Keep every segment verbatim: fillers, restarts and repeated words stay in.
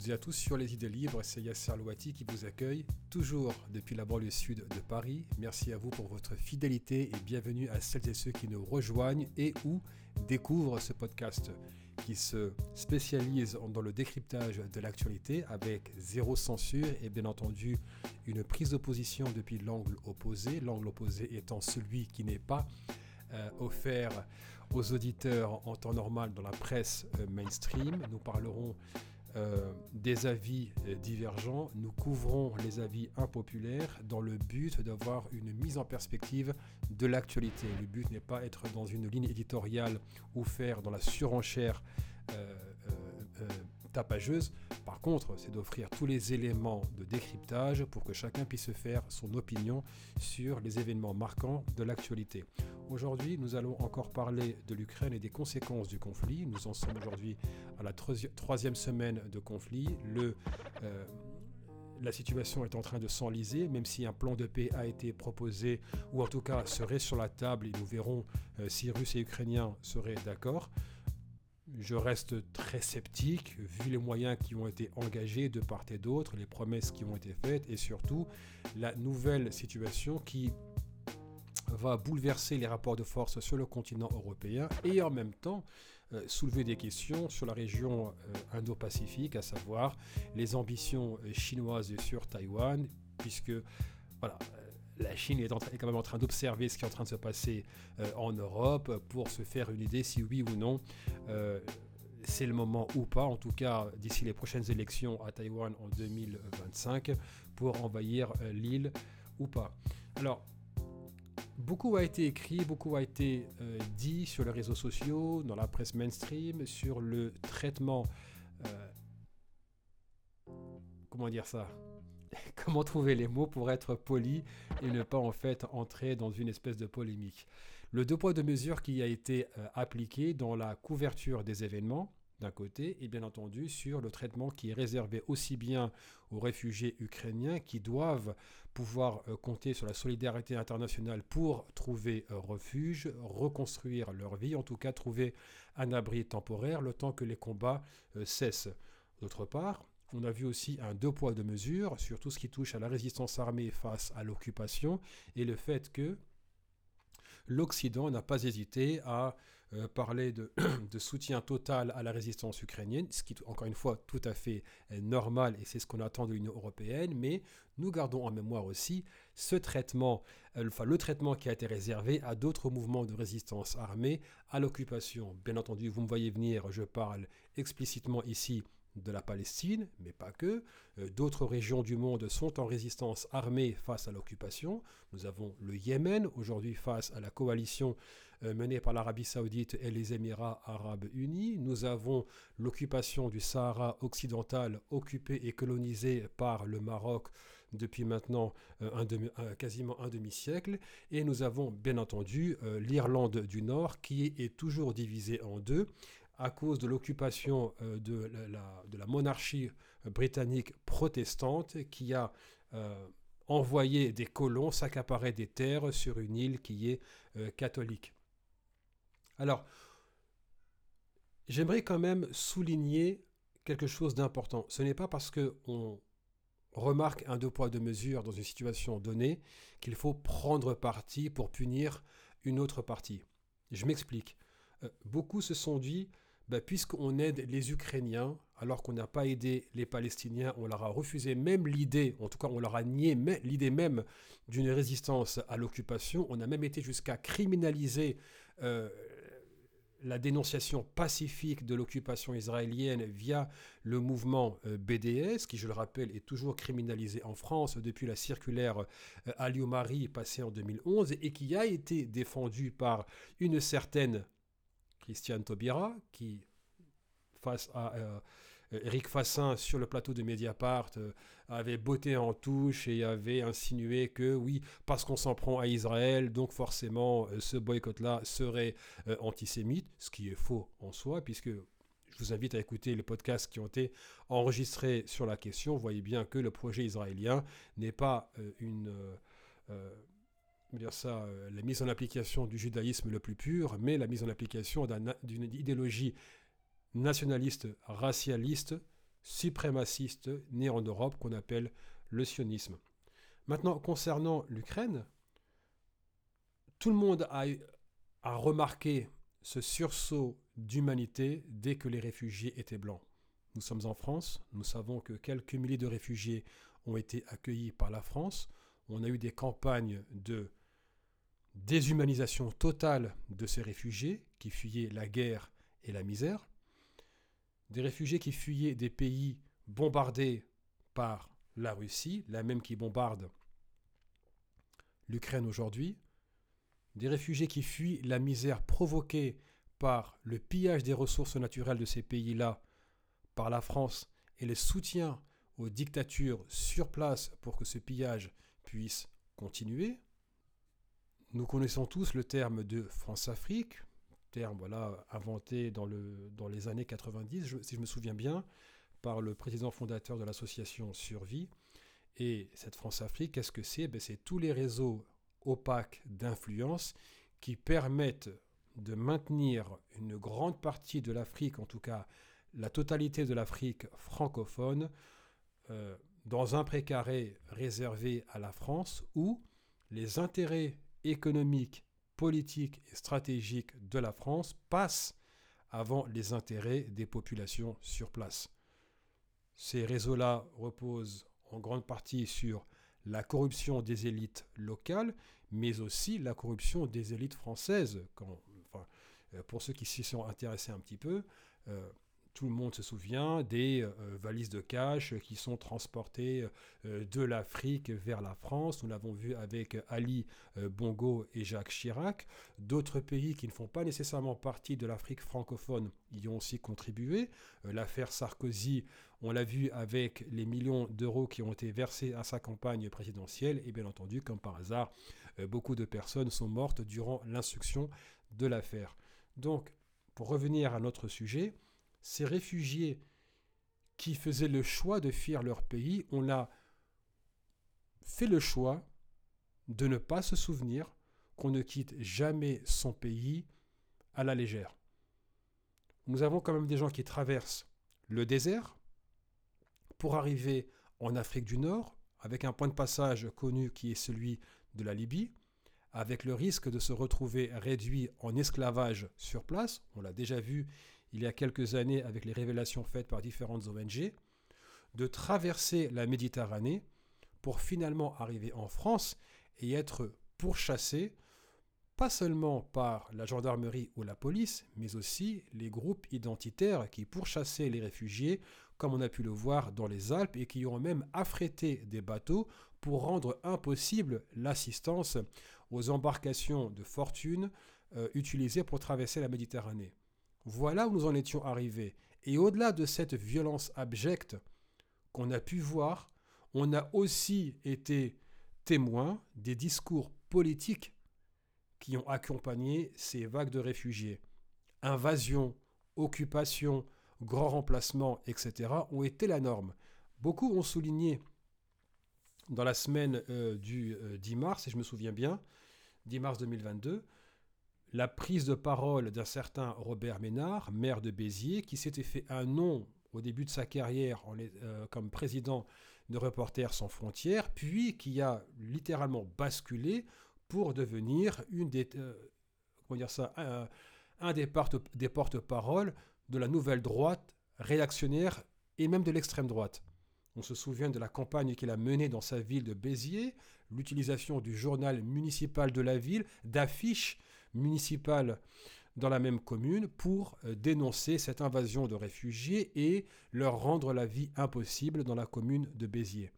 toutes et à tous sur Les Idées Libres, c'est Yasser Louati qui vous accueille, toujours depuis la banlieue sud de Paris. Merci à vous pour votre fidélité et bienvenue à celles et ceux qui nous rejoignent et ou découvrent ce podcast qui se spécialise dans le décryptage de l'actualité avec zéro censure et bien entendu une prise d'opposition depuis l'angle opposé, l'angle opposé étant celui qui n'est pas euh, offert aux auditeurs en temps normal dans la presse euh, mainstream. Nous parlerons euh, des avis euh, divergents, nous couvrons les avis impopulaires dans le but d'avoir une mise en perspective de l'actualité. Le but n'est pas être dans une ligne éditoriale ou faire dans la surenchère euh, euh, euh, tapageuse. Par contre, c'est d'offrir tous les éléments de décryptage pour que chacun puisse se faire son opinion sur les événements marquants de l'actualité. Aujourd'hui, nous allons encore parler de l'Ukraine et des conséquences du conflit. Nous en sommes aujourd'hui à la troisième semaine de conflit. Le, euh, la situation est en train de s'enliser, même si un plan de paix a été proposé, ou en tout cas serait sur la table, et nous verrons euh, si Russes et Ukrainiens seraient d'accord. Je reste très sceptique, vu les moyens qui ont été engagés de part et d'autre, les promesses qui ont été faites, et surtout la nouvelle situation qui va bouleverser les rapports de force sur le continent européen et en même temps euh, soulever des questions sur la région euh, Indo-Pacifique, à savoir les ambitions euh, chinoises sur Taïwan, puisque voilà, euh, la Chine est, en train, est quand même en train d'observer ce qui est en train de se passer euh, en Europe pour se faire une idée si oui ou non euh, c'est le moment ou pas, en tout cas d'ici les prochaines élections à Taïwan en deux mille vingt-cinq, pour envahir euh, l'île ou pas. Alors, beaucoup a été écrit, beaucoup a été euh, dit sur les réseaux sociaux, dans la presse mainstream, sur le traitement... Euh, comment dire ça ? Comment trouver les mots pour être poli et ne pas en fait entrer dans une espèce de polémique. Le deux poids deux mesures qui a été euh, appliqué dans la couverture des événements, d'un côté, et bien entendu sur le traitement qui est réservé aussi bien aux réfugiés ukrainiens qui doivent pouvoir euh, compter sur la solidarité internationale pour trouver euh, refuge, reconstruire leur vie, en tout cas trouver un abri temporaire le temps que les combats euh, cessent. D'autre part, on a vu aussi un deux poids deux mesures sur tout ce qui touche à la résistance armée face à l'occupation et le fait que l'Occident n'a pas hésité à euh, parler de, de soutien total à la résistance ukrainienne, ce qui est encore une fois tout à fait euh, normal et c'est ce qu'on attend de l'Union européenne, mais nous gardons en mémoire aussi ce traitement, euh, enfin le traitement qui a été réservé à d'autres mouvements de résistance armée à l'occupation. Bien entendu, vous me voyez venir, je parle explicitement ici de la Palestine, mais pas que. Euh, d'autres régions du monde sont en résistance armée face à l'occupation. Nous avons le Yémen, aujourd'hui face à la coalition euh, menée par l'Arabie Saoudite et les Émirats Arabes Unis. Nous avons l'occupation du Sahara occidental, occupé et colonisé par le Maroc depuis maintenant euh, un demi, euh, quasiment un demi-siècle. Et nous avons bien entendu euh, l'Irlande du Nord qui est, est toujours divisée en deux, à cause de l'occupation euh, de, la, de la monarchie britannique protestante qui a euh, envoyé des colons s'accaparer des terres sur une île qui est euh, catholique. Alors, j'aimerais quand même souligner quelque chose d'important. Ce n'est pas parce qu'on remarque un deux poids deux mesures dans une situation donnée qu'il faut prendre parti pour punir une autre partie. Je m'explique. Euh, beaucoup se sont dit... Ben, puisqu'on aide les Ukrainiens, alors qu'on n'a pas aidé les Palestiniens, on leur a refusé même l'idée, en tout cas on leur a nié l'idée même d'une résistance à l'occupation, on a même été jusqu'à criminaliser euh, la dénonciation pacifique de l'occupation israélienne via le mouvement euh, B D S, qui je le rappelle est toujours criminalisé en France depuis la circulaire euh, Alliot-Marie passée en deux mille onze et qui a été défendue par une certaine Christiane Taubira, qui, face à euh, Éric Fassin sur le plateau de Mediapart, euh, avait botté en touche et avait insinué que oui, parce qu'on s'en prend à Israël, donc forcément euh, ce boycott-là serait euh, antisémite, ce qui est faux en soi, puisque je vous invite à écouter les podcasts qui ont été enregistrés sur la question. Vous voyez bien que le projet israélien n'est pas euh, une... Euh, euh, dire ça, euh, la mise en application du judaïsme le plus pur, mais la mise en application d'un, d'une idéologie nationaliste, racialiste, suprémaciste né en Europe qu'on appelle le sionisme. Maintenant, concernant l'Ukraine, tout le monde a, a remarqué ce sursaut d'humanité dès que les réfugiés étaient blancs. Nous sommes en France, nous savons que quelques milliers de réfugiés ont été accueillis par la France. On a eu des campagnes de déshumanisation totale de ces réfugiés qui fuyaient la guerre et la misère. Des réfugiés qui fuyaient des pays bombardés par la Russie, la même qui bombarde l'Ukraine aujourd'hui. Des réfugiés qui fuient la misère provoquée par le pillage des ressources naturelles de ces pays-là par la France et le soutien aux dictatures sur place pour que ce pillage puisse continuer. Nous connaissons tous le terme de France-Afrique, terme voilà, inventé dans, le, dans les années quatre-vingt-dix, je, si je me souviens bien, par le président fondateur de l'association Survie. Et cette France-Afrique, qu'est-ce que c'est? Ben, c'est tous les réseaux opaques d'influence qui permettent de maintenir une grande partie de l'Afrique, en tout cas la totalité de l'Afrique francophone, euh, dans un précaré réservé à la France où les intérêts économiques, politiques et stratégiques de la France passent avant les intérêts des populations sur place. Ces réseaux-là reposent en grande partie sur la corruption des élites locales, mais aussi la corruption des élites françaises. Quand, enfin, pour ceux qui s'y sont intéressés un petit peu, euh, tout le monde se souvient des euh, valises de cash qui sont transportées euh, de l'Afrique vers la France. Nous l'avons vu avec Ali euh, Bongo et Jacques Chirac. D'autres pays qui ne font pas nécessairement partie de l'Afrique francophone y ont aussi contribué. Euh, l'affaire Sarkozy, on l'a vu avec les millions d'euros qui ont été versés à sa campagne présidentielle. Et bien entendu, comme par hasard, euh, beaucoup de personnes sont mortes durant l'instruction de l'affaire. Donc, pour revenir à notre sujet, ces réfugiés qui faisaient le choix de fuir leur pays, on a fait le choix de ne pas se souvenir qu'on ne quitte jamais son pays à la légère. Nous avons quand même des gens qui traversent le désert pour arriver en Afrique du Nord, avec un point de passage connu qui est celui de la Libye, avec le risque de se retrouver réduit en esclavage sur place. On l'a déjà vu il y a quelques années avec les révélations faites par différentes O N G, de traverser la Méditerranée pour finalement arriver en France et être pourchassé, pas seulement par la gendarmerie ou la police, mais aussi les groupes identitaires qui pourchassaient les réfugiés, comme on a pu le voir dans les Alpes, et qui ont même affrété des bateaux pour rendre impossible l'assistance aux embarcations de fortune euh, utilisées pour traverser la Méditerranée. Voilà où nous en étions arrivés. Et au-delà de cette violence abjecte qu'on a pu voir, on a aussi été témoin des discours politiques qui ont accompagné ces vagues de réfugiés. Invasion, occupation, grand remplacement, et cetera ont été la norme. Beaucoup ont souligné dans la semaine euh, du euh, dix mars, et je me souviens bien, dix mars deux mille vingt-deux, la prise de parole d'un certain Robert Ménard, maire de Béziers, qui s'était fait un nom au début de sa carrière en les, euh, comme président de Reporters sans frontières, puis qui a littéralement basculé pour devenir une des, euh, comment dire ça, un, un des, porte, des porte-paroles de la nouvelle droite réactionnaire et même de l'extrême droite. On se souvient de la campagne qu'il a menée dans sa ville de Béziers, l'utilisation du journal municipal de la ville, d'affiches municipales dans la même commune pour dénoncer cette invasion de réfugiés et leur rendre la vie impossible dans la commune de Béziers.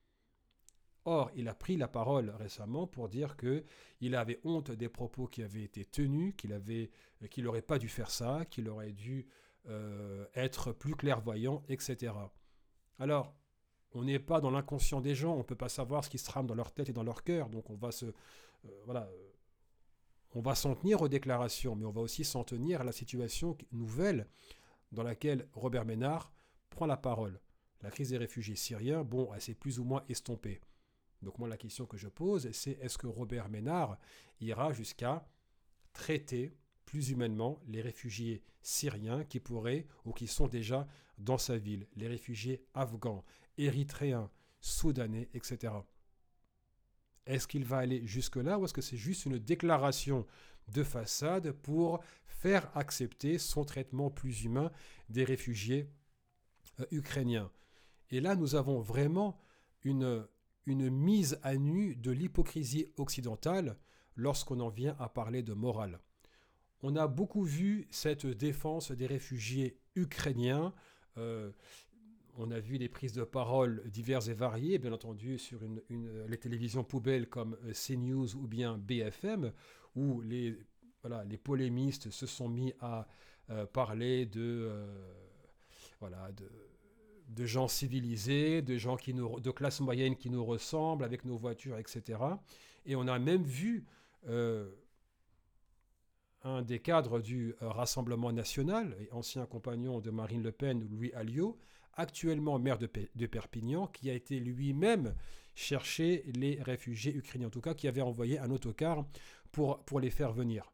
Or, il a pris la parole récemment pour dire qu'il avait honte des propos qui avaient été tenus, qu'il avait, qu'il n'aurait pas dû faire ça, qu'il aurait dû euh, être plus clairvoyant, et cetera. Alors, on n'est pas dans l'inconscient des gens, on ne peut pas savoir ce qui se trame dans leur tête et dans leur cœur, donc on va se, euh, voilà, on va s'en tenir aux déclarations, mais on va aussi s'en tenir à la situation nouvelle dans laquelle Robert Ménard prend la parole. La crise des réfugiés syriens, bon, elle s'est plus ou moins estompée. Donc moi, la question que je pose, c'est est-ce que Robert Ménard ira jusqu'à traiter plus humainement les réfugiés syriens qui pourraient ou qui sont déjà dans sa ville, les réfugiés afghans, érythréens, soudanais, et cetera. Est-ce qu'il va aller jusque-là ou est-ce que c'est juste une déclaration de façade pour faire accepter son traitement plus humain des réfugiés euh, ukrainiens? Et là, nous avons vraiment une, une mise à nu de l'hypocrisie occidentale lorsqu'on en vient à parler de morale. On a beaucoup vu cette défense des réfugiés ukrainiens. Euh, on a vu des prises de parole diverses et variées, bien entendu, sur une, une, les télévisions poubelles comme CNews ou bien B F M, où les, voilà, les polémistes se sont mis à euh, parler de, euh, voilà, de, de gens civilisés, de gens qui nous, de classe moyenne qui nous ressemblent, avec nos voitures, et cetera. Et on a même vu euh, un des cadres du euh, Rassemblement national, et ancien compagnon de Marine Le Pen, Louis Alliot, actuellement maire de, Pe- de Perpignan, qui a été lui-même chercher les réfugiés ukrainiens, en tout cas qui avait envoyé un autocar pour, pour les faire venir.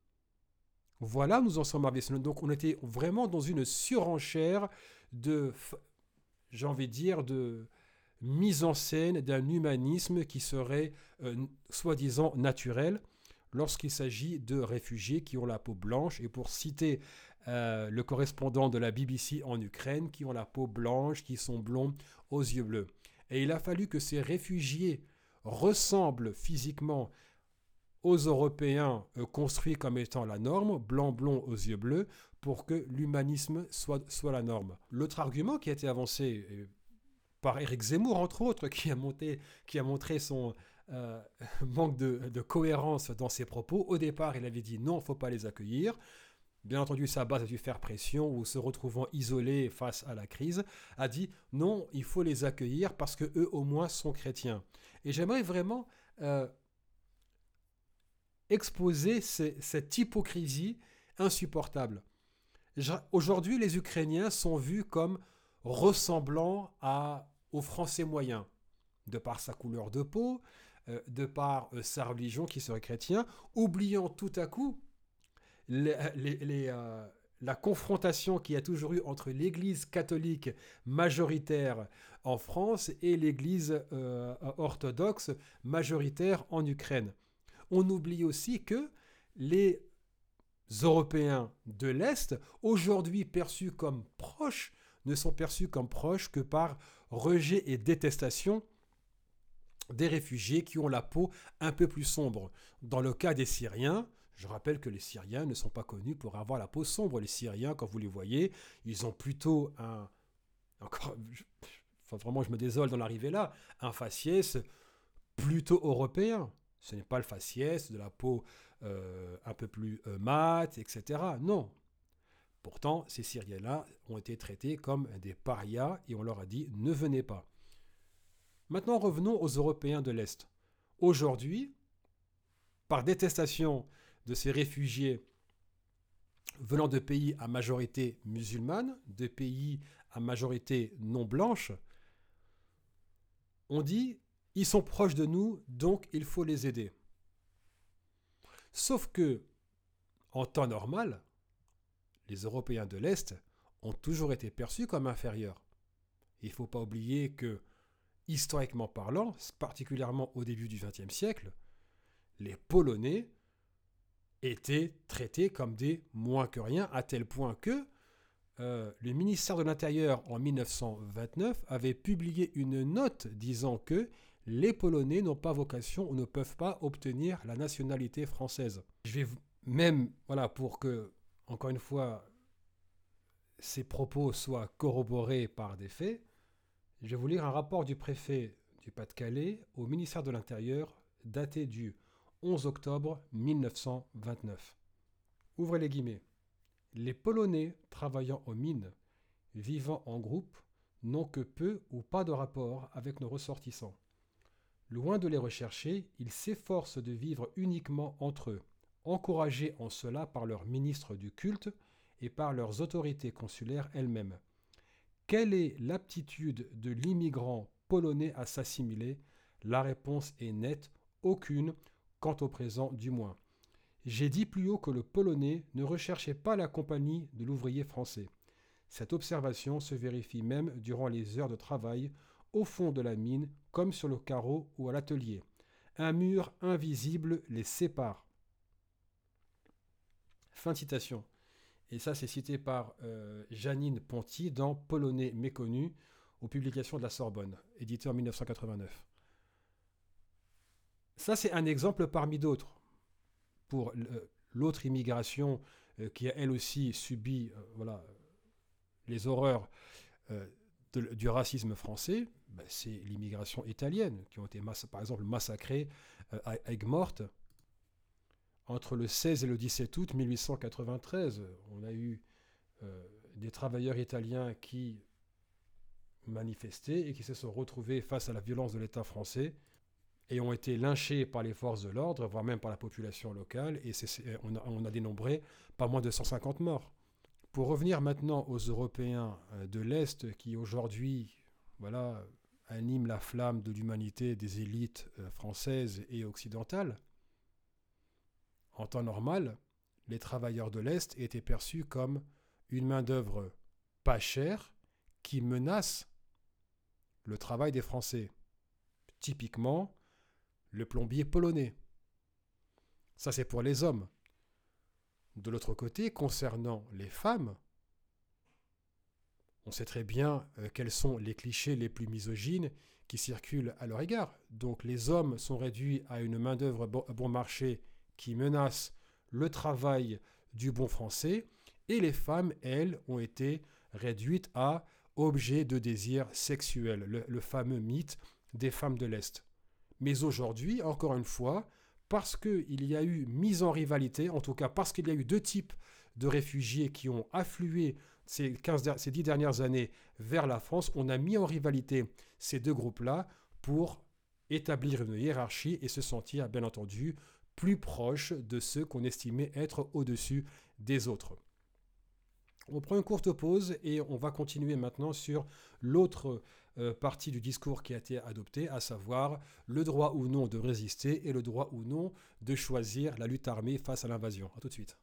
Voilà, nous en sommes arrivés. Donc on était vraiment dans une surenchère de, j'ai envie de dire, de mise en scène d'un humanisme qui serait euh, soi-disant naturel lorsqu'il s'agit de réfugiés qui ont la peau blanche, et pour citer euh, le correspondant de la B B C en Ukraine, qui ont la peau blanche, qui sont blonds, aux yeux bleus. Et il a fallu que ces réfugiés ressemblent physiquement aux Européens euh, construits comme étant la norme, blanc blond aux yeux bleus, pour que l'humanisme soit, soit la norme. L'autre argument qui a été avancé euh, par Éric Zemmour, entre autres, qui a, monté, qui a montré son euh, manque de, de cohérence dans ses propos. Au départ, il avait dit non, il ne faut pas les accueillir. Bien entendu, sa base a dû faire pression, ou se retrouvant isolé face à la crise, a dit non, il faut les accueillir parce qu'eux au moins sont chrétiens. Et j'aimerais vraiment euh, exposer ces, cette hypocrisie insupportable. Aujourd'hui, les Ukrainiens sont vus comme ressemblant à, aux Français moyens, de par sa couleur de peau, euh, de par euh, sa religion qui serait chrétien, oubliant tout à coup les, les, les, euh, la confrontation qu'il y a toujours eu entre l'Église catholique majoritaire en France et l'Église euh, orthodoxe majoritaire en Ukraine. On oublie aussi que les Européens de l'Est, aujourd'hui perçus comme proches, ne sont perçus comme proches que par rejet et détestation des réfugiés qui ont la peau un peu plus sombre. Dans le cas des Syriens, je rappelle que les Syriens ne sont pas connus pour avoir la peau sombre. Les Syriens, quand vous les voyez, ils ont plutôt un... Encore, je, enfin, vraiment, je me désole d'en arriver là, un faciès plutôt européen. Ce n'est pas le faciès de la peau euh, un peu plus euh, mate, et cetera. Non. Pourtant, ces Syriens-là ont été traités comme des parias et on leur a dit « ne venez pas ». Maintenant, revenons aux Européens de l'Est. Aujourd'hui, par détestation de ces réfugiés venant de pays à majorité musulmane, de pays à majorité non blanche, on dit « ils sont proches de nous, donc il faut les aider ». Sauf que, en temps normal, les Européens de l'Est ont toujours été perçus comme inférieurs. Il ne faut pas oublier que, historiquement parlant, particulièrement au début du vingtième siècle, les Polonais étaient traités comme des moins que rien, à tel point que euh, le ministère de l'Intérieur, en mille neuf cent vingt-neuf, avait publié une note disant que les Polonais n'ont pas vocation ou ne peuvent pas obtenir la nationalité française. Je vais même, voilà, pour que, encore une fois, ces propos soient corroborés par des faits, je vais vous lire un rapport du préfet du Pas-de-Calais au ministère de l'Intérieur daté du onze octobre mille neuf cent vingt-neuf. Ouvrez les guillemets. Les Polonais travaillant aux mines, vivant en groupe, n'ont que peu ou pas de rapport avec nos ressortissants. Loin de les rechercher, ils s'efforcent de vivre uniquement entre eux, encouragés en cela par leurs ministres du culte et par leurs autorités consulaires elles-mêmes. Quelle est l'aptitude de l'immigrant polonais à s'assimiler ? La réponse est nette, aucune, quant au présent du moins. J'ai dit plus haut que le Polonais ne recherchait pas la compagnie de l'ouvrier français. Cette observation se vérifie même durant les heures de travail, au fond de la mine, comme sur le carreau ou à l'atelier. Un mur invisible les sépare. Fin de citation. Et ça, c'est cité par euh, Janine Ponty dans Polonais méconnu, aux publications de la Sorbonne, édité en mille neuf cent quatre-vingt-neuf. Ça, c'est un exemple parmi d'autres pour l'autre immigration euh, qui a elle aussi subi euh, voilà, les horreurs euh, de, du racisme français. Ben, c'est l'immigration italienne qui ont été mass- par exemple massacrées euh, à Aigues-Mortes entre le seize et le dix-sept août mille huit cent quatre-vingt-treize. On a eu euh, des travailleurs italiens qui manifestaient et qui se sont retrouvés face à la violence de l'État français et ont été lynchés par les forces de l'ordre, voire même par la population locale, et c'est, c'est, on, a, on a dénombré pas moins de cent cinquante morts. Pour revenir maintenant aux Européens de l'Est qui aujourd'hui voilà, animent la flamme de l'humanité des élites françaises et occidentales, en temps normal, les travailleurs de l'Est étaient perçus comme une main-d'œuvre pas chère qui menace le travail des Français. Typiquement, le plombier polonais. Ça, c'est pour les hommes. De l'autre côté, concernant les femmes, on sait très bien euh, quels sont les clichés les plus misogynes qui circulent à leur égard. Donc les hommes sont réduits à une main-d'œuvre bon, bon marché qui menace le travail du bon français, et les femmes, elles, ont été réduites à objet de désir sexuel, le, le fameux mythe des femmes de l'Est. Mais aujourd'hui, encore une fois, parce qu'il y a eu mise en rivalité, en tout cas parce qu'il y a eu deux types de réfugiés qui ont afflué ces, quinze, ces dix dernières années vers la France, on a mis en rivalité ces deux groupes-là pour établir une hiérarchie et se sentir, bien entendu, plus proche de ceux qu'on estimait être au-dessus des autres. On prend une courte pause et on va continuer maintenant sur l'autre euh, partie du discours qui a été adopté, à savoir le droit ou non de résister et le droit ou non de choisir la lutte armée face à l'invasion. A tout de suite.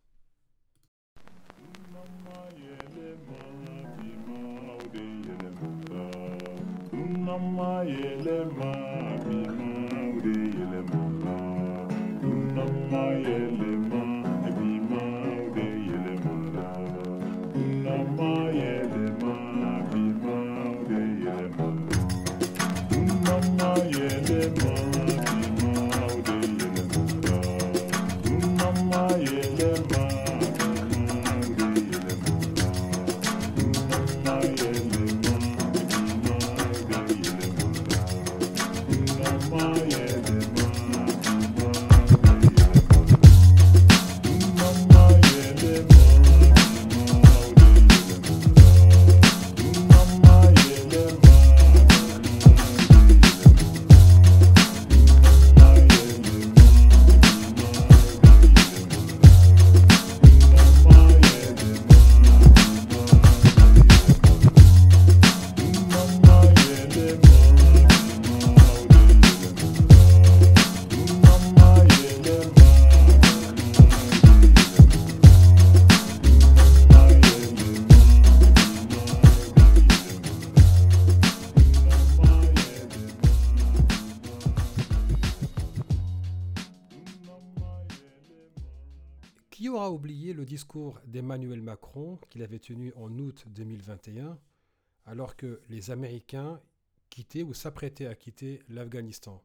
Qui aura oublié le discours d'Emmanuel Macron qu'il avait tenu en août deux mille vingt et un, alors que les Américains quittaient ou s'apprêtaient à quitter l'Afghanistan?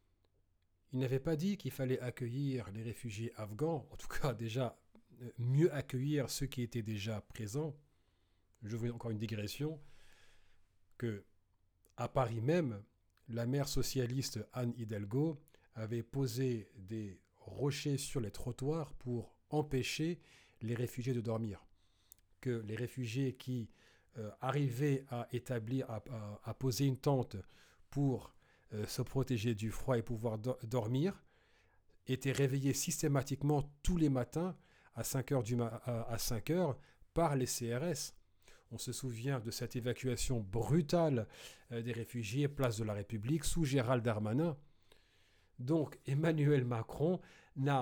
Il n'avait pas dit qu'il fallait accueillir les réfugiés afghans, en tout cas déjà mieux accueillir ceux qui étaient déjà présents. Je vois encore une digression, que à Paris même, la maire socialiste Anne Hidalgo avait posé des rochers sur les trottoirs pour empêcher les réfugiés de dormir. Que les réfugiés qui euh, arrivaient à établir, à, à, à poser une tente pour euh, se protéger du froid et pouvoir do- dormir, étaient réveillés systématiquement tous les matins à cinq heures, du ma- à, à cinq heures par les C R S. On se souvient de cette évacuation brutale euh, des réfugiés, place de la République, sous Gérald Darmanin. Donc Emmanuel Macron n'a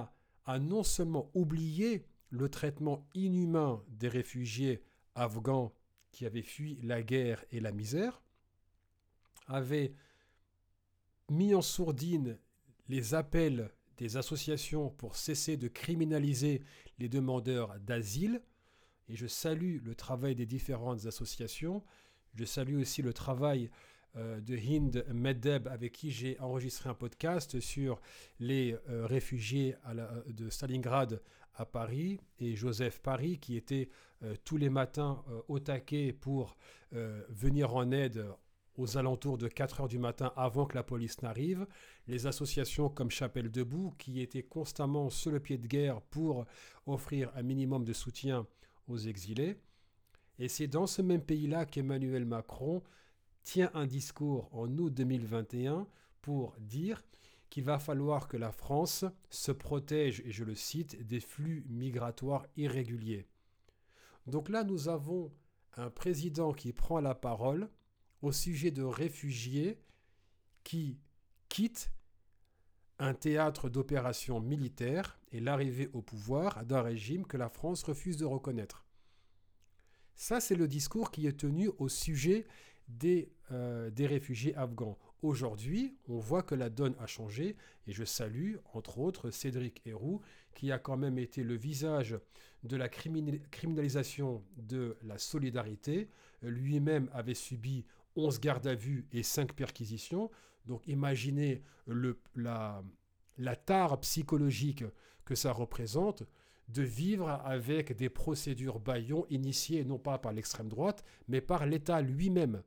a non seulement oublié le traitement inhumain des réfugiés afghans qui avaient fui la guerre et la misère, avait mis en sourdine les appels des associations pour cesser de criminaliser les demandeurs d'asile, et je salue le travail des différentes associations. Je salue aussi le travail euh, de Hind Meddeb, avec qui j'ai enregistré un podcast sur les euh, réfugiés à la, de Stalingrad à Paris, et Joseph Paris, qui était euh, tous les matins euh, au taquet pour euh, venir en aide aux alentours de quatre heures du matin avant que la police n'arrive. Les associations comme Chapelle Debout, qui étaient constamment sur le pied de guerre pour offrir un minimum de soutien aux exilés. Et c'est dans ce même pays-là qu'Emmanuel Macron tient un discours en août deux mille vingt et un pour dire qu'il va falloir que la France se protège, et je le cite, des flux migratoires irréguliers. Donc là, nous avons un président qui prend la parole au sujet de réfugiés qui quittent un théâtre d'opérations militaires et l'arrivée au pouvoir d'un régime que la France refuse de reconnaître. Ça, c'est le discours qui est tenu au sujet des, euh, des réfugiés afghans. Aujourd'hui, on voit que la donne a changé, et je salue, entre autres, Cédric Herrou, qui a quand même été le visage de la criminalisation de la solidarité. Lui-même avait subi onze gardes à vue et cinq perquisitions. Donc imaginez le, la, la tare psychologique que ça représente de vivre avec des procédures bâillons initiées non pas par l'extrême droite, mais par l'État lui-même.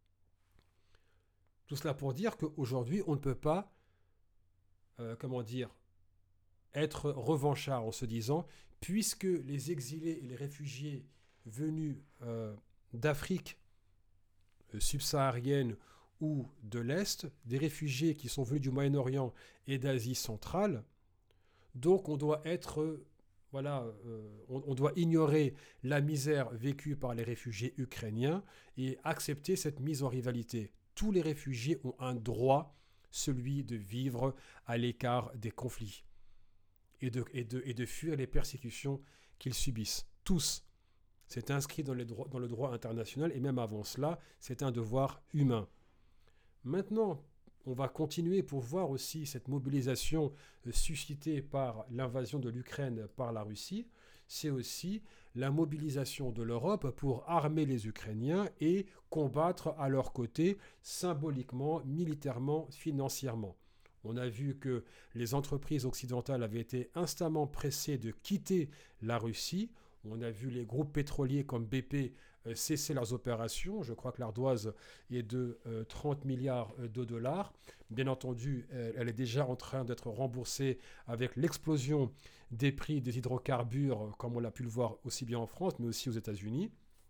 Tout cela pour dire qu'aujourd'hui, on ne peut pas, euh, comment dire, être revanchard en se disant, puisque les exilés et les réfugiés venus euh, d'Afrique euh, subsaharienne ou de l'Est, des réfugiés qui sont venus du Moyen-Orient et d'Asie centrale, donc on doit être... Euh, Voilà, euh, on, on doit ignorer la misère vécue par les réfugiés ukrainiens et accepter cette mise en rivalité. Tous les réfugiés ont un droit, celui de vivre à l'écart des conflits et de, et de, et de fuir les persécutions qu'ils subissent. Tous. C'est inscrit dans, les droits, dans le droit international, et même avant cela, c'est un devoir humain. Maintenant, on va continuer pour voir aussi cette mobilisation suscitée par l'invasion de l'Ukraine par la Russie. C'est aussi la mobilisation de l'Europe pour armer les Ukrainiens et combattre à leur côté, symboliquement, militairement, financièrement. On a vu que les entreprises occidentales avaient été instamment pressées de quitter la Russie. On a vu les groupes pétroliers comme B P euh, cesser leurs opérations. Je crois que l'ardoise est de euh, trente milliards de dollars. Bien entendu, elle, elle est déjà en train d'être remboursée avec l'explosion des prix des hydrocarbures, comme on l'a pu le voir aussi bien en France, mais aussi aux États-Unis.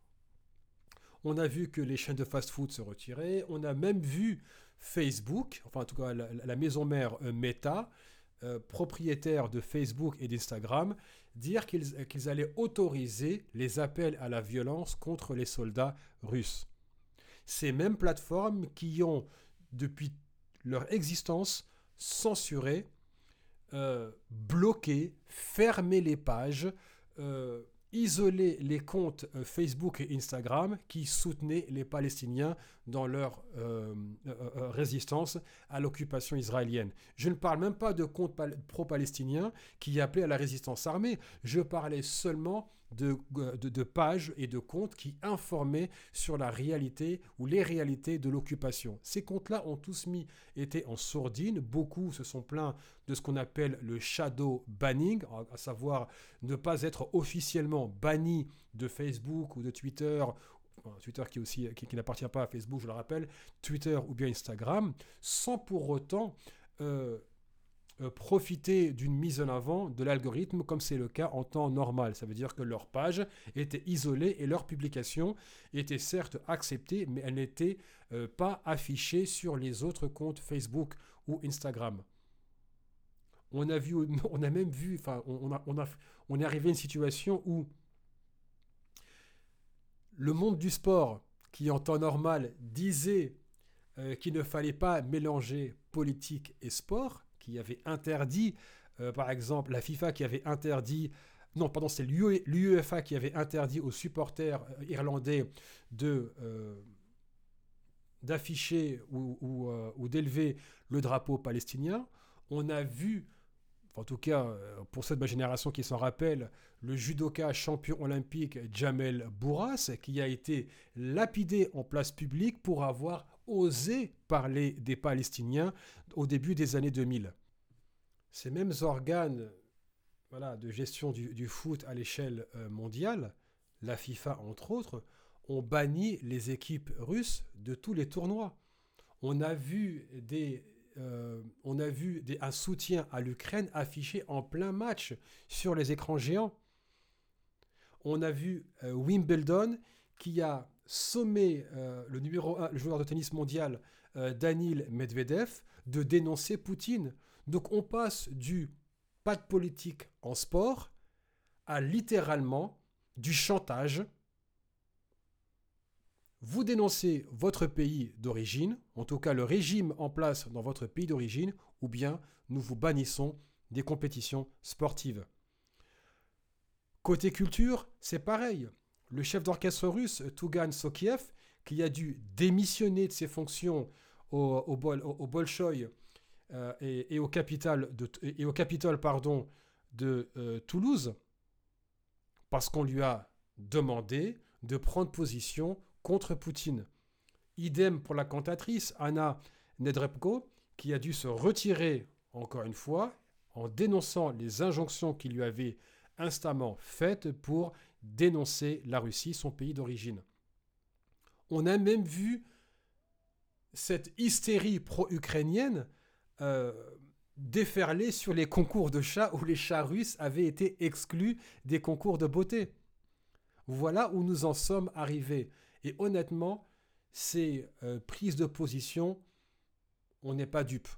On a vu que les chaînes de fast-food se retiraient. On a même vu Facebook, enfin en tout cas la, la maison mère euh, Meta, euh, propriétaire de Facebook et d'Instagram, dire qu'ils, qu'ils allaient autoriser les appels à la violence contre les soldats russes. Ces mêmes plateformes qui ont, depuis leur existence, censuré, euh, bloqué, fermé les pages, euh, isolé les comptes euh, Facebook et Instagram qui soutenaient les Palestiniens dans leur euh, euh, résistance à l'occupation israélienne. Je ne parle même pas de comptes pal- pro-palestiniens qui appelaient à la résistance armée. Je parlais seulement de, de, de pages et de comptes qui informaient sur la réalité ou les réalités de l'occupation. Ces comptes-là ont tous mis, été en sourdine. Beaucoup se sont plaints de ce qu'on appelle le shadow banning, à savoir ne pas être officiellement banni de Facebook ou de Twitter, enfin, Twitter qui, aussi, qui, qui n'appartient pas à Facebook, je le rappelle, Twitter ou bien Instagram, sans pour autant euh, euh, profiter d'une mise en avant de l'algorithme comme c'est le cas en temps normal. Ça veut dire que leur page était isolée et leur publication était certes acceptée, mais elle n'était euh, pas affichée sur les autres comptes Facebook ou Instagram. On a, vu, on a même vu, enfin, on, a, on, a, on est arrivé à une situation où le monde du sport, qui en temps normal disait euh, qu'il ne fallait pas mélanger politique et sport, qui avait interdit Euh, par exemple, la FIFA qui avait interdit, non, pardon, c'est l'U E F A qui avait interdit aux supporters irlandais de euh, d'afficher ou, ou, euh, ou d'élever le drapeau palestinien. On a vu, en tout cas pour ceux de ma génération qui s'en rappellent, le judoka champion olympique Jamel Bourras qui a été lapidé en place publique pour avoir osé parler des Palestiniens au début des années deux mille. Ces mêmes organes voilà, de gestion du, du foot à l'échelle euh, mondiale, la FIFA entre autres, ont banni les équipes russes de tous les tournois. On a vu, des, euh, on a vu des, un soutien à l'Ukraine affiché en plein match sur les écrans géants. On a vu euh, Wimbledon qui a sommé euh, le numéro un, le joueur de tennis mondial, euh, Daniil Medvedev, de dénoncer Poutine. Donc on passe du pas de politique en sport à littéralement du chantage. Vous dénoncez votre pays d'origine, en tout cas le régime en place dans votre pays d'origine, ou bien nous vous bannissons des compétitions sportives. Côté culture, c'est pareil. Le chef d'orchestre russe, Tougan Sokiev, qui a dû démissionner de ses fonctions au, au, Bol, au, au Bolchoï euh, et, et au Capitole, de, et au Capitole pardon, de euh, Toulouse, parce qu'on lui a demandé de prendre position contre Poutine. Idem pour la cantatrice Anna Nedrebko, qui a dû se retirer, encore une fois, en dénonçant les injonctions qui lui avaient instamment faites pour dénoncer la Russie, son pays d'origine. On a même vu cette hystérie pro-ukrainienne euh, déferler sur les concours de chats où les chats russes avaient été exclus des concours de beauté. Voilà où nous en sommes arrivés. Et honnêtement, ces euh, prises de position, on n'est pas dupe.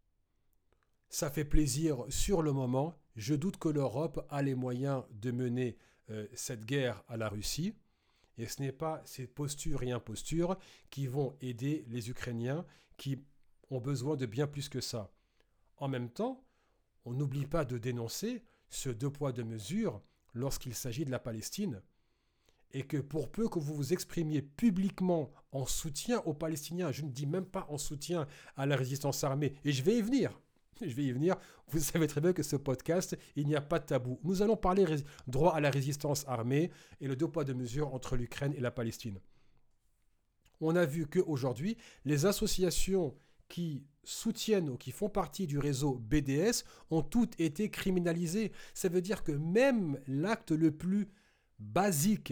Ça fait plaisir sur le moment. Je doute que l'Europe a les moyens de mener euh, cette guerre à la Russie. Et ce n'est pas ces postures et impostures qui vont aider les Ukrainiens qui ont besoin de bien plus que ça. En même temps, on n'oublie pas de dénoncer ce deux poids deux mesures lorsqu'il s'agit de la Palestine. Et que pour peu que vous vous exprimiez publiquement en soutien aux Palestiniens, je ne dis même pas en soutien à la résistance armée, et je vais y venir, je vais y venir, vous savez très bien que ce podcast, il n'y a pas de tabou. Nous allons parler rés- droit à la résistance armée et le deux poids deux mesures entre l'Ukraine et la Palestine. On a vu qu'aujourd'hui, les associations qui soutiennent ou qui font partie du réseau B D S ont toutes été criminalisées. Ça veut dire que même l'acte le plus basique,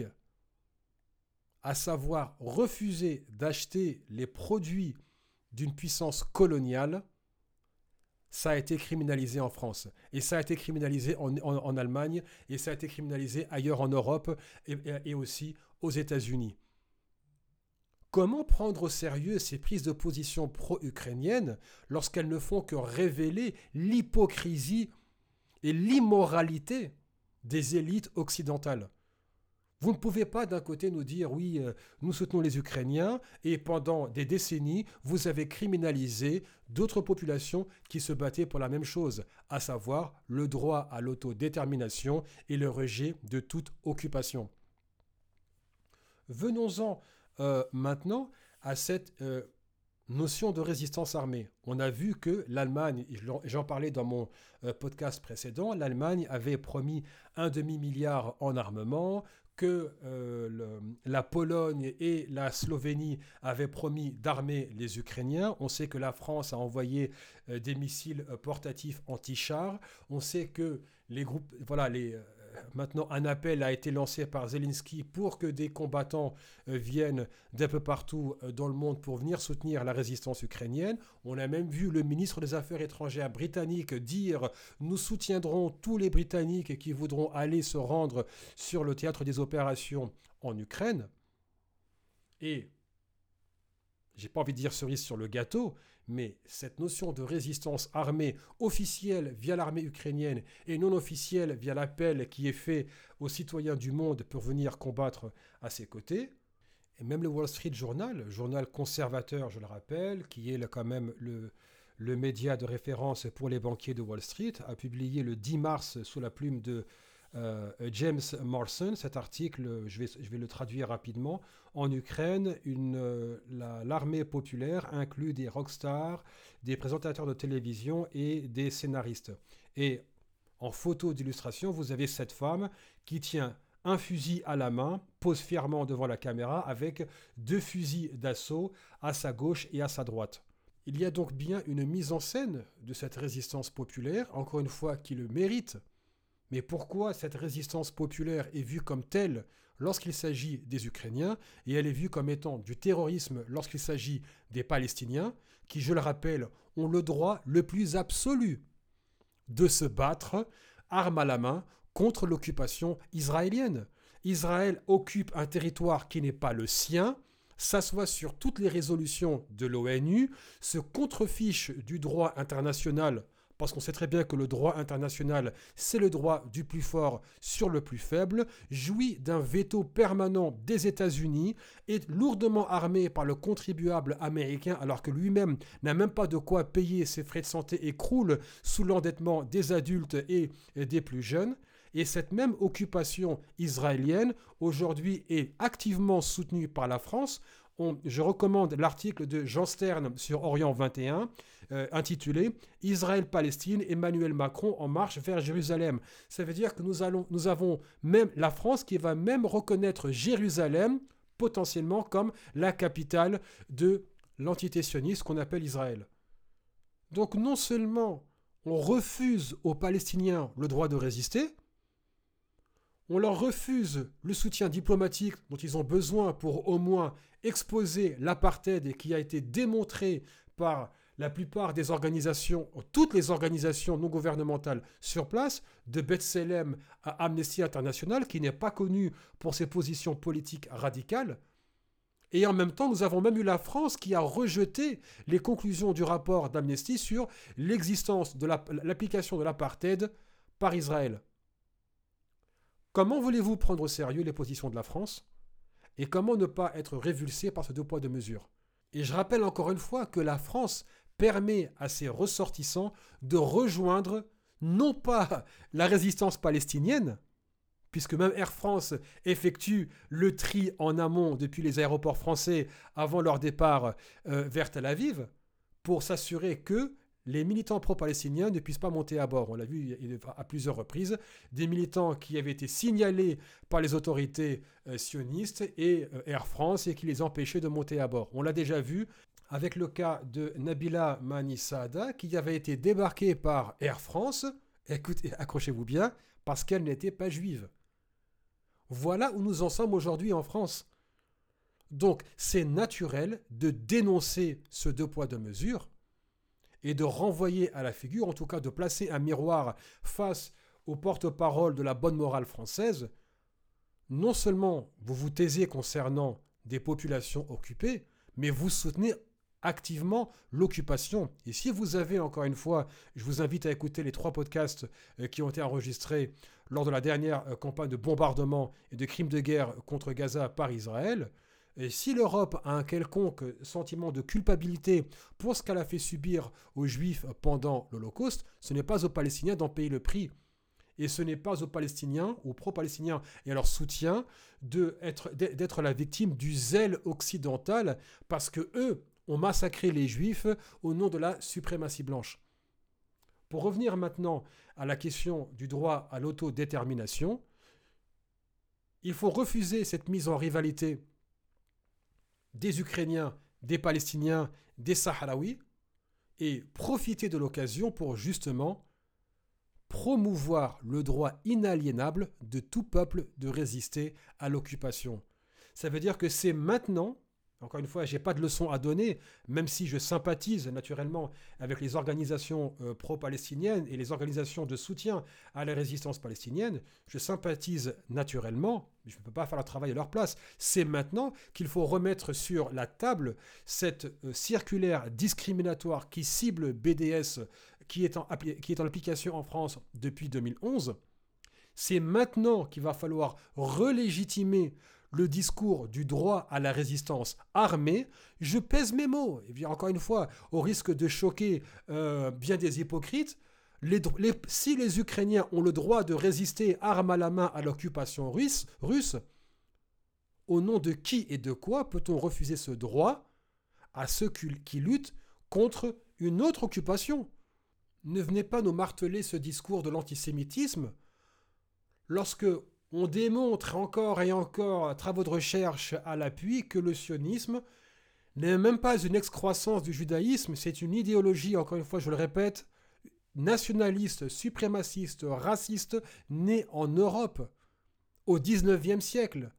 à savoir refuser d'acheter les produits d'une puissance coloniale, ça a été criminalisé en France. Et ça a été criminalisé en, en, en Allemagne, et ça a été criminalisé ailleurs en Europe, et, et aussi aux États-Unis. Comment prendre au sérieux ces prises de position pro-ukrainiennes lorsqu'elles ne font que révéler l'hypocrisie et l'immoralité des élites occidentales ? Vous ne pouvez pas d'un côté nous dire oui, euh, nous soutenons les Ukrainiens et pendant des décennies, vous avez criminalisé d'autres populations qui se battaient pour la même chose, à savoir le droit à l'autodétermination et le rejet de toute occupation. Venons-en euh, maintenant à cette euh, notion de résistance armée. On a vu que l'Allemagne, j'en parlais dans mon euh, podcast précédent, l'Allemagne avait promis un demi-milliard en armement, que euh, le, la Pologne et la Slovénie avaient promis d'armer les Ukrainiens. On sait que la France a envoyé euh, des missiles euh, portatifs anti-chars. On sait que les groupes, voilà, les, euh, maintenant un appel a été lancé par Zelensky pour que des combattants euh, viennent d'un peu partout euh, dans le monde pour venir soutenir la résistance ukrainienne. On a même vu le ministre des Affaires étrangères britannique dire « Nous soutiendrons tous les Britanniques qui voudront aller se rendre sur le théâtre des opérations en Ukraine ». Et j'ai pas envie de dire cerise sur le gâteau, mais cette notion de résistance armée officielle via l'armée ukrainienne et non officielle via l'appel qui est fait aux citoyens du monde pour venir combattre à ses côtés, et même le Wall Street Journal, journal conservateur, je le rappelle, qui est quand même le, le média de référence pour les banquiers de Wall Street, a publié le dix mars sous la plume de euh, James Morrison cet article, je vais, je vais le traduire rapidement. En Ukraine, une, euh, la, l'armée populaire inclut des rockstars, des présentateurs de télévision et des scénaristes. Et en photo d'illustration, vous avez cette femme qui tient un fusil à la main, pose fièrement devant la caméra avec deux fusils d'assaut à sa gauche et à sa droite. Il y a donc bien une mise en scène de cette résistance populaire, encore une fois, qui le mérite. Mais pourquoi cette résistance populaire est vue comme telle lorsqu'il s'agit des Ukrainiens et elle est vue comme étant du terrorisme lorsqu'il s'agit des Palestiniens, qui, je le rappelle, ont le droit le plus absolu de se battre, arme à la main, contre l'occupation israélienne. Israël occupe un territoire qui n'est pas le sien, s'assoit sur toutes les résolutions de l'ONU, se contrefiche du droit international, parce qu'on sait très bien que le droit international, c'est le droit du plus fort sur le plus faible, jouit d'un veto permanent des États-Unis, est lourdement armé par le contribuable américain, alors que lui-même n'a même pas de quoi payer ses frais de santé et croule sous l'endettement des adultes et des plus jeunes. Et cette même occupation israélienne, aujourd'hui, est activement soutenue par la France. On, je recommande l'article de Jean Stern sur Orient vingt et un, euh, intitulé « Israël-Palestine, Emmanuel Macron en marche vers Jérusalem ». Ça veut dire que nous, allons, nous avons même la France qui va même reconnaître Jérusalem potentiellement comme la capitale de l'entité sioniste qu'on appelle Israël. Donc non seulement on refuse aux Palestiniens le droit de résister, on leur refuse le soutien diplomatique dont ils ont besoin pour au moins exposer l'apartheid qui a été démontré par la plupart des organisations, toutes les organisations non gouvernementales sur place, de B'Tselem à Amnesty International, qui n'est pas connu pour ses positions politiques radicales. Et en même temps, nous avons même eu la France qui a rejeté les conclusions du rapport d'Amnesty sur l'existence de la, l'application de l'apartheid par Israël. Comment voulez-vous prendre au sérieux les positions de la France? Et comment ne pas être révulsé par ce deux poids deux mesures? Et je rappelle encore une fois que la France permet à ses ressortissants de rejoindre non pas la résistance palestinienne, puisque même Air France effectue le tri en amont depuis les aéroports français avant leur départ euh, vers Tel Aviv, pour s'assurer que les militants pro-palestiniens ne puissent pas monter à bord. On l'a vu à plusieurs reprises, des militants qui avaient été signalés par les autorités euh, sionistes et euh, Air France et qui les empêchaient de monter à bord. On l'a déjà vu avec le cas de Nabila Mani Saada qui avait été débarquée par Air France, écoutez, accrochez-vous bien, parce qu'elle n'était pas juive. Voilà où nous en sommes aujourd'hui en France. Donc c'est naturel de dénoncer ce deux poids deux mesures et de renvoyer à la figure, en tout cas de placer un miroir face au porte-parole de la bonne morale française. Non seulement vous vous taisez concernant des populations occupées, mais vous soutenez activement l'occupation. Et si vous avez, encore une fois, je vous invite à écouter les trois podcasts qui ont été enregistrés lors de la dernière campagne de bombardement et de crimes de guerre contre Gaza par Israël. Et si l'Europe a un quelconque sentiment de culpabilité pour ce qu'elle a fait subir aux Juifs pendant l'Holocauste, ce n'est pas aux Palestiniens d'en payer le prix. Et ce n'est pas aux Palestiniens, aux pro-Palestiniens et à leur soutien de être, d'être la victime du zèle occidental parce qu'eux ont massacré les Juifs au nom de la suprématie blanche. Pour revenir maintenant à la question du droit à l'autodétermination, il faut refuser cette mise en rivalité des Ukrainiens, des Palestiniens, des Sahraouis et profiter de l'occasion pour justement promouvoir le droit inaliénable de tout peuple de résister à l'occupation. Ça veut dire que c'est maintenant, encore une fois, je n'ai pas de leçon à donner, même si je sympathise naturellement avec les organisations euh, pro-palestiniennes et les organisations de soutien à la résistance palestinienne, je sympathise naturellement, mais je ne peux pas faire le travail à leur place. C'est maintenant qu'il faut remettre sur la table cette euh, circulaire discriminatoire qui cible B D S, qui est, en, qui est en application en France depuis deux mille onze. C'est maintenant qu'il va falloir relégitimer le discours du droit à la résistance armée, je pèse mes mots. Et bien encore une fois, au risque de choquer euh, bien des hypocrites, les, les, si les Ukrainiens ont le droit de résister arme à la main à l'occupation russe, russe, au nom de qui et de quoi peut-on refuser ce droit à ceux qui luttent contre une autre occupation? Ne venez pas nous marteler ce discours de l'antisémitisme lorsque on démontre encore et encore, à travaux de recherche à l'appui, que le sionisme n'est même pas une excroissance du judaïsme, c'est une idéologie, encore une fois je le répète, nationaliste, suprémaciste, raciste, née en Europe au dix-neuvième siècle.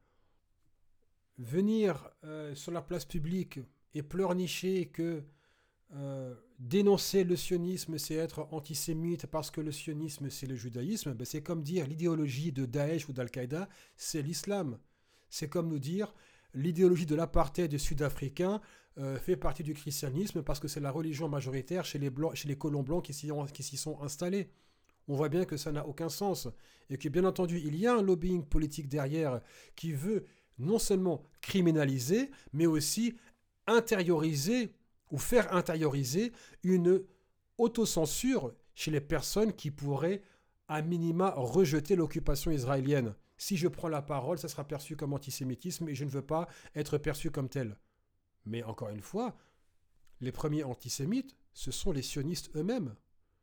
Venir euh, sur la place publique et pleurnicher que euh, dénoncer le sionisme, c'est être antisémite parce que le sionisme, c'est le judaïsme, ben c'est comme dire l'idéologie de Daesh ou d'Al-Qaïda, c'est l'islam. C'est comme nous dire l'idéologie de l'apartheid sud-africain euh, fait partie du christianisme parce que c'est la religion majoritaire chez les, blancs, chez les colons blancs qui s'y, ont, qui s'y sont installés. On voit bien que ça n'a aucun sens et que bien entendu, il y a un lobbying politique derrière qui veut non seulement criminaliser, mais aussi intérioriser ou faire intérioriser une autocensure chez les personnes qui pourraient à minima rejeter l'occupation israélienne. Si je prends la parole, ça sera perçu comme antisémitisme et je ne veux pas être perçu comme tel. Mais encore une fois, les premiers antisémites, ce sont les sionistes eux-mêmes.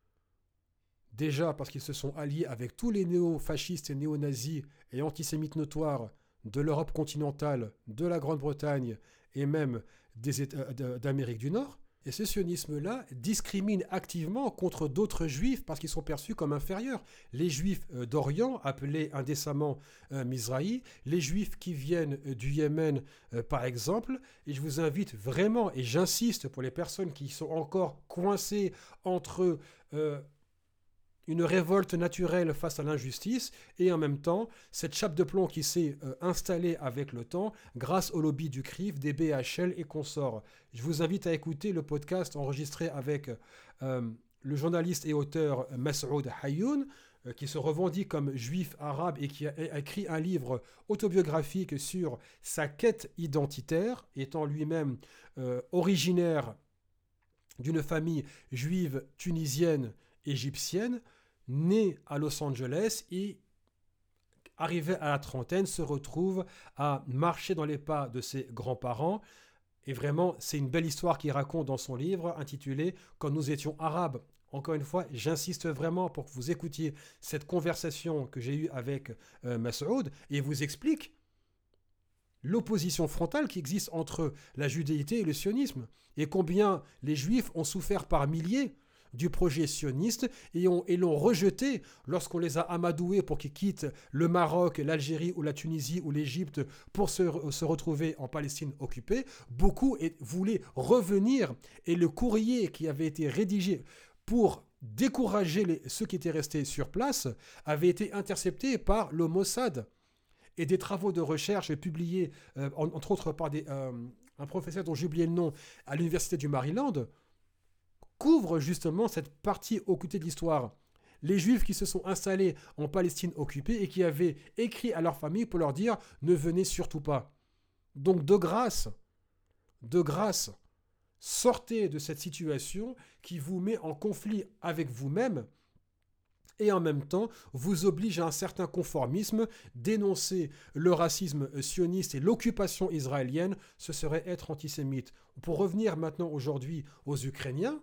Déjà parce qu'ils se sont alliés avec tous les néo-fascistes et néo-nazis et antisémites notoires de l'Europe continentale, de la Grande-Bretagne et même des États, d'Amérique du Nord. Et ce sionisme-là discrimine activement contre d'autres juifs parce qu'ils sont perçus comme inférieurs. Les juifs d'Orient, appelés indécemment euh, Mizrahi, les juifs qui viennent du Yémen, euh, par exemple. Et je vous invite vraiment, et j'insiste pour les personnes qui sont encore coincées entre euh, une révolte naturelle face à l'injustice et en même temps cette chape de plomb qui s'est euh, installée avec le temps grâce au lobby du C R I F, des B H L et consorts. Je vous invite à écouter le podcast enregistré avec euh, le journaliste et auteur Masoud Hayoun, euh, qui se revendique comme juif arabe et qui a, a écrit un livre autobiographique sur sa quête identitaire, étant lui-même euh, originaire d'une famille juive tunisienne égyptienne, né à Los Angeles et arrivé à la trentaine, se retrouve à marcher dans les pas de ses grands-parents. Et vraiment, c'est une belle histoire qu'il raconte dans son livre intitulé « Quand nous étions arabes ». Encore une fois, j'insiste vraiment pour que vous écoutiez cette conversation que j'ai eue avec euh, Masoud et vous explique l'opposition frontale qui existe entre la judéité et le sionisme et combien les juifs ont souffert par milliers du projet sioniste et, ont, et l'ont rejeté lorsqu'on les a amadoués pour qu'ils quittent le Maroc, l'Algérie ou la Tunisie ou l'Égypte pour se, se retrouver en Palestine occupée. Beaucoup et, voulaient revenir et le courrier qui avait été rédigé pour décourager les, ceux qui étaient restés sur place avait été intercepté par le Mossad. Et des travaux de recherche publiés, euh, entre autres par des, euh, un professeur dont j'ai oublié le nom, à l'Université du Maryland, couvre justement cette partie occultée de l'histoire. Les Juifs qui se sont installés en Palestine occupée et qui avaient écrit à leur famille pour leur dire « ne venez surtout pas ». Donc de grâce, de grâce, sortez de cette situation qui vous met en conflit avec vous-même et en même temps vous oblige à un certain conformisme. Dénoncer le racisme sioniste et l'occupation israélienne, ce serait être antisémite. Pour revenir maintenant aujourd'hui aux Ukrainiens,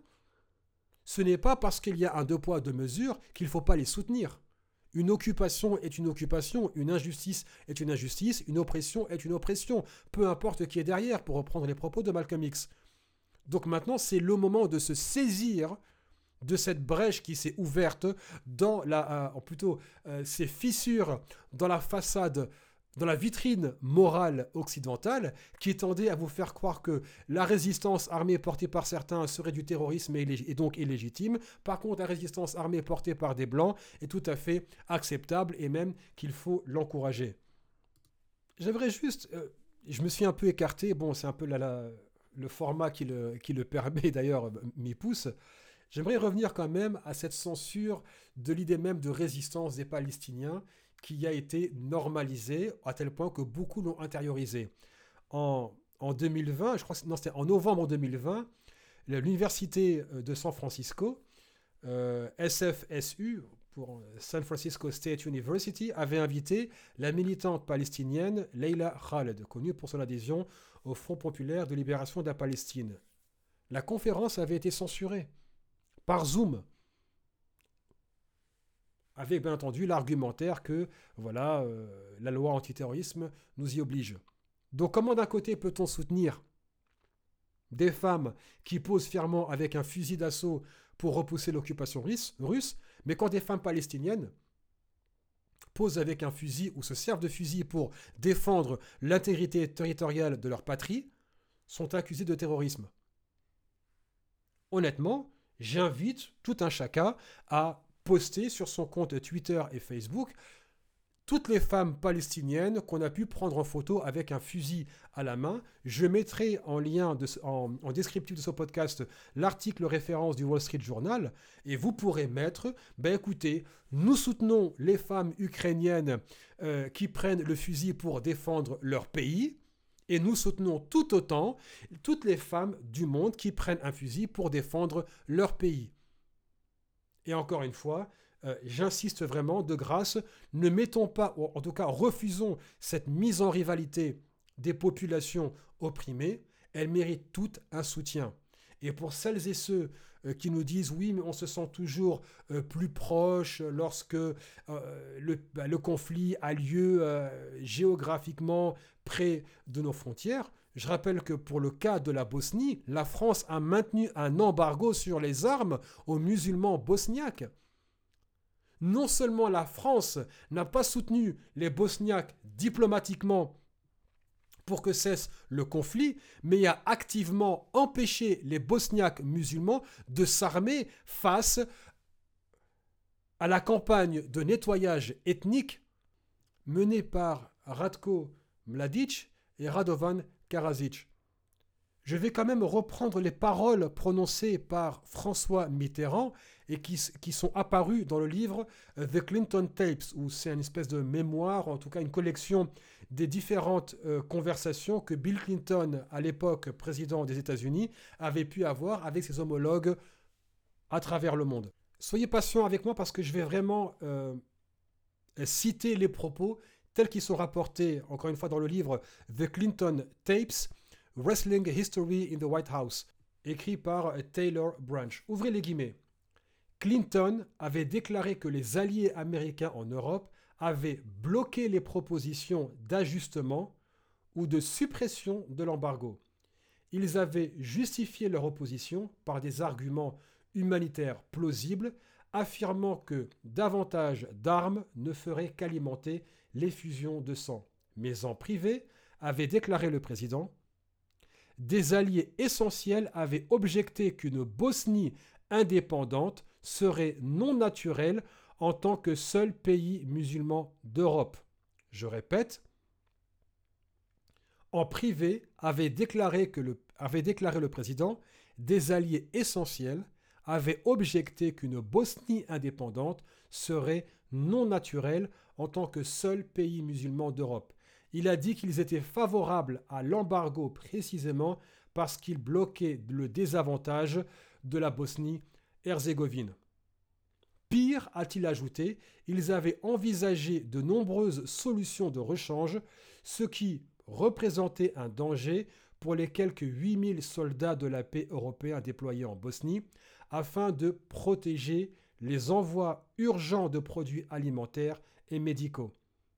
ce n'est pas parce qu'il y a un deux poids, deux mesures qu'il ne faut pas les soutenir. Une occupation est une occupation, une injustice est une injustice, une oppression est une oppression, peu importe qui est derrière, pour reprendre les propos de Malcolm X. Donc maintenant, c'est le moment de se saisir de cette brèche qui s'est ouverte dans la, euh, plutôt euh, ces fissures dans la façade, dans la vitrine morale occidentale qui tendait à vous faire croire que la résistance armée portée par certains serait du terrorisme et, illég- et donc illégitime. Par contre, la résistance armée portée par des Blancs est tout à fait acceptable et même qu'il faut l'encourager. J'aimerais juste... Euh, je me suis un peu écarté, bon, c'est un peu la, la, le format qui le, qui le permet d'ailleurs, m'y pousse, J'aimerais revenir quand même à cette censure de l'idée même de résistance des Palestiniens qui a été normalisée à tel point que beaucoup l'ont intériorisée. En, en deux mille vingt, je crois que non, c'était en novembre deux mille vingt, l'université de San Francisco, euh, S F S U, pour San Francisco State University, avait invité la militante palestinienne Leila Khaled, connue pour son adhésion au Front populaire de libération de la Palestine. La conférence avait été censurée par Zoom, avec bien entendu l'argumentaire que voilà, euh, la loi antiterrorisme nous y oblige. Donc comment d'un côté peut-on soutenir des femmes qui posent fièrement avec un fusil d'assaut pour repousser l'occupation russe, mais quand des femmes palestiniennes posent avec un fusil ou se servent de fusil pour défendre l'intégrité territoriale de leur patrie, sont accusées de terrorisme. Honnêtement, j'invite tout un chacun à poster sur son compte Twitter et Facebook toutes les femmes palestiniennes qu'on a pu prendre en photo avec un fusil à la main. Je mettrai en lien, de, en, en descriptif de ce podcast, l'article référence du Wall Street Journal, et vous pourrez mettre, ben écoutez, nous soutenons les femmes ukrainiennes euh, qui prennent le fusil pour défendre leur pays, et nous soutenons tout autant toutes les femmes du monde qui prennent un fusil pour défendre leur pays. Et encore une fois, euh, j'insiste vraiment, de grâce, ne mettons pas, ou en tout cas refusons cette mise en rivalité des populations opprimées. Elles méritent toutes un soutien. Et pour celles et ceux euh, qui nous disent oui, mais on se sent toujours euh, plus proche lorsque euh, le, bah, le conflit a lieu euh, géographiquement près de nos frontières, je rappelle que pour le cas de la Bosnie, la France a maintenu un embargo sur les armes aux musulmans bosniaques. Non seulement la France n'a pas soutenu les Bosniaques diplomatiquement pour que cesse le conflit, mais a activement empêché les Bosniaques musulmans de s'armer face à la campagne de nettoyage ethnique menée par Ratko Mladic et Radovan Karadzic. Je vais quand même reprendre les paroles prononcées par François Mitterrand et qui, qui sont apparues dans le livre The Clinton Tapes, où c'est une espèce de mémoire, en tout cas une collection des différentes euh, conversations que Bill Clinton, à l'époque président des États-Unis, avait pu avoir avec ses homologues à travers le monde. Soyez patients avec moi parce que je vais vraiment euh, citer les propos tels qu'ils sont rapportés, encore une fois, dans le livre The Clinton Tapes, Wrestling History in the White House, écrit par Taylor Branch. Ouvrez les guillemets. Clinton avait déclaré que les alliés américains en Europe avaient bloqué les propositions d'ajustement ou de suppression de l'embargo. Ils avaient justifié leur opposition par des arguments humanitaires plausibles, affirmant que davantage d'armes ne feraient qu'alimenter l'effusion de sang. Mais en privé, avait déclaré le président, des alliés essentiels avaient objecté qu'une Bosnie indépendante serait non naturelle en tant que seul pays musulman d'Europe. Je répète, en privé, avait déclaré, que le, avait déclaré le président, des alliés essentiels avaient objecté qu'une Bosnie indépendante serait non naturelle en tant que seul pays musulman d'Europe. Il a dit qu'ils étaient favorables à l'embargo précisément parce qu'il bloquait le désavantage de la Bosnie-Herzégovine. Pire, a-t-il ajouté, ils avaient envisagé de nombreuses solutions de rechange, ce qui représentait un danger pour les quelques huit mille soldats de la paix européens déployés en Bosnie, afin de protéger les envois urgents de produits alimentaires et médicaux.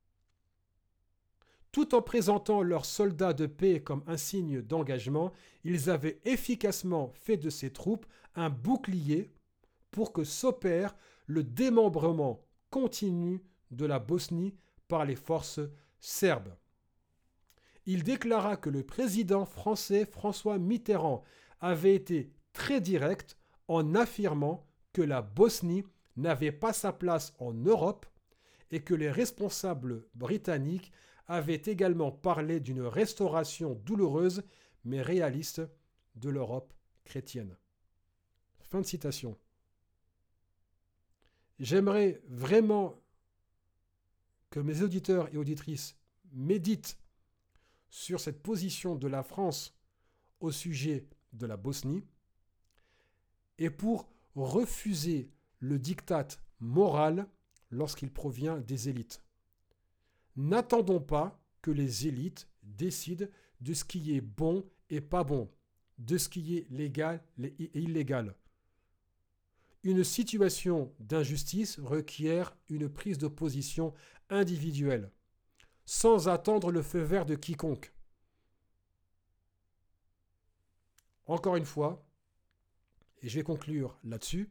Tout en présentant leurs soldats de paix comme un signe d'engagement, ils avaient efficacement fait de ces troupes un bouclier pour que s'opère le démembrement continu de la Bosnie par les forces serbes. Il déclara que le président français François Mitterrand avait été très direct en affirmant que la Bosnie n'avait pas sa place en Europe et que les responsables britanniques avaient également parlé d'une restauration douloureuse mais réaliste de l'Europe chrétienne. Fin de citation. J'aimerais vraiment que mes auditeurs et auditrices méditent sur cette position de la France au sujet de la Bosnie et pour refuser le diktat moral lorsqu'il provient des élites. N'attendons pas que les élites décident de ce qui est bon et pas bon, de ce qui est légal et illégal. Une situation d'injustice requiert une prise de position individuelle, sans attendre le feu vert de quiconque. Encore une fois, et je vais conclure là-dessus,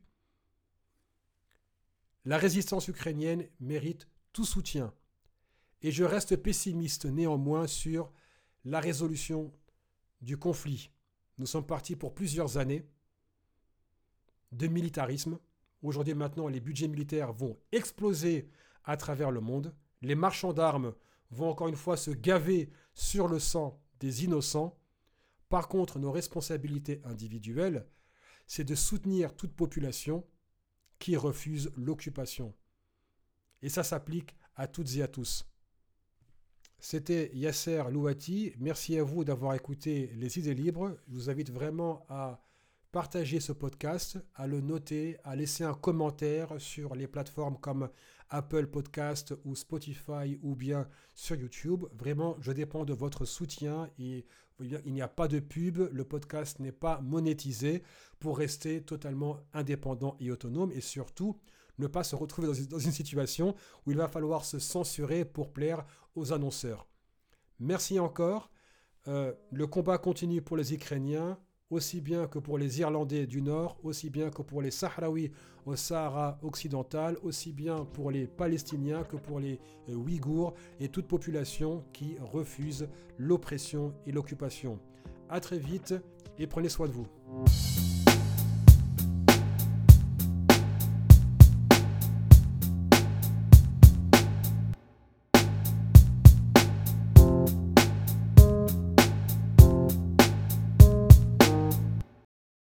la résistance ukrainienne mérite tout soutien. Et je reste pessimiste néanmoins sur la résolution du conflit. Nous sommes partis pour plusieurs années de militarisme. Aujourd'hui maintenant, les budgets militaires vont exploser à travers le monde. Les marchands d'armes vont encore une fois se gaver sur le sang des innocents. Par contre, nos responsabilités individuelles, c'est de soutenir toute population qui refuse l'occupation. Et ça s'applique à toutes et à tous. C'était Yasser Louati. Merci à vous d'avoir écouté Les Idées Libres. Je vous invite vraiment à partager ce podcast, à le noter, à laisser un commentaire sur les plateformes comme Apple Podcast ou Spotify ou bien sur YouTube. Vraiment, je dépends de votre soutien et il n'y a pas de pub, le podcast n'est pas monétisé pour rester totalement indépendant et autonome et surtout ne pas se retrouver dans une situation où il va falloir se censurer pour plaire aux annonceurs. Merci encore. Euh, le combat continue pour les Ukrainiens, aussi bien que pour les Irlandais du Nord, aussi bien que pour les Sahraouis au Sahara occidental, aussi bien pour les Palestiniens que pour les euh, Ouïghours et toute population qui refuse l'oppression et l'occupation. À très vite et prenez soin de vous.